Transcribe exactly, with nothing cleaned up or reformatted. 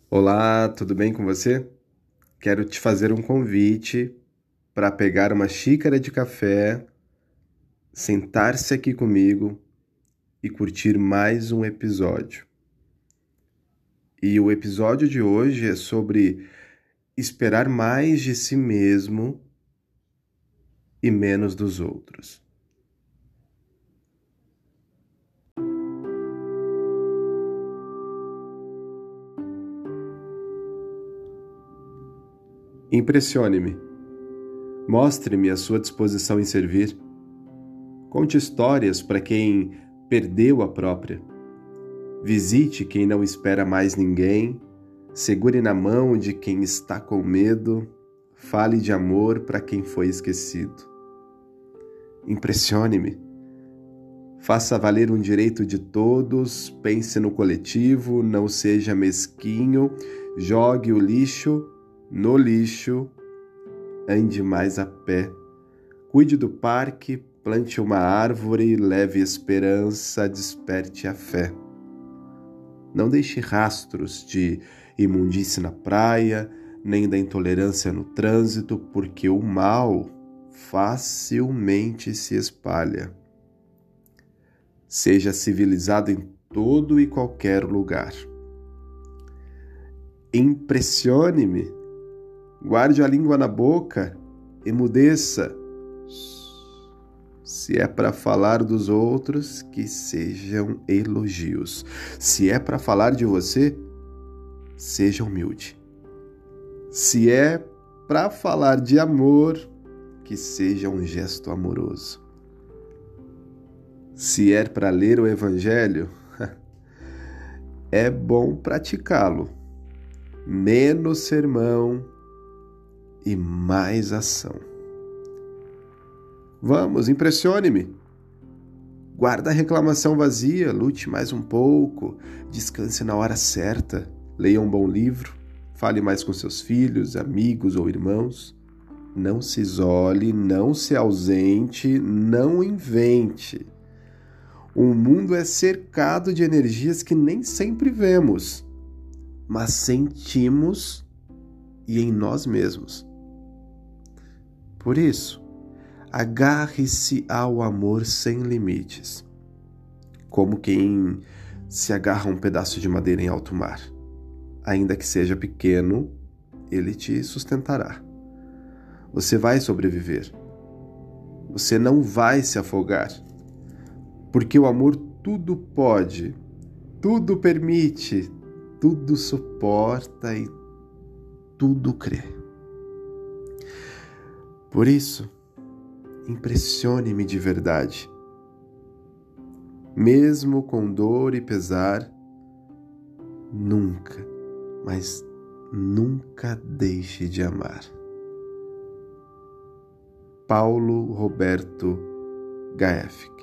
Olá, tudo bem com você? Quero te fazer um convite para pegar uma xícara de café, sentar-se aqui comigo e curtir mais um episódio. E o episódio de hoje é sobre esperar mais de si mesmo e menos dos outros. Impressione-me. Mostre-me a sua disposição em servir. Conte histórias para quem perdeu a própria. Visite quem não espera mais ninguém. Segure na mão de quem está com medo. Fale de amor para quem foi esquecido. Impressione-me. Faça valer um direito de todos. Pense no coletivo. Não seja mesquinho. Jogue o lixo no lixo. Ande mais a pé. Cuide do parque. Plante uma árvore. Leve esperança. Desperte a fé. Não deixe rastros de imundície na praia, nem da intolerância no trânsito, porque o mal facilmente se espalha. Seja civilizado em todo e qualquer lugar. Impressione-me. Guarde a língua na boca, emudeça. Se é para falar dos outros, que sejam elogios. Se é para falar de você, seja humilde. Se é para falar de amor, que seja um gesto amoroso. Se é para ler o Evangelho, é bom praticá-lo. Menos sermão e mais ação. Vamos, impressione-me. Guarda a reclamação vazia, lute mais um pouco, descanse na hora certa, leia um bom livro, fale mais com seus filhos, amigos ou irmãos. Não se isole, não se ausente, não invente. O mundo é cercado de energias que nem sempre vemos, mas sentimos e em nós mesmos. Por isso, agarre-se ao amor sem limites, como quem se agarra a um pedaço de madeira em alto mar. Ainda que seja pequeno, ele te sustentará. Você vai sobreviver. Você não vai se afogar, porque o amor tudo pode, tudo permite, tudo suporta e tudo crê. Por isso, impressione-me de verdade. Mesmo com dor e pesar, nunca, mas nunca deixe de amar. Paulo Roberto Gaefik.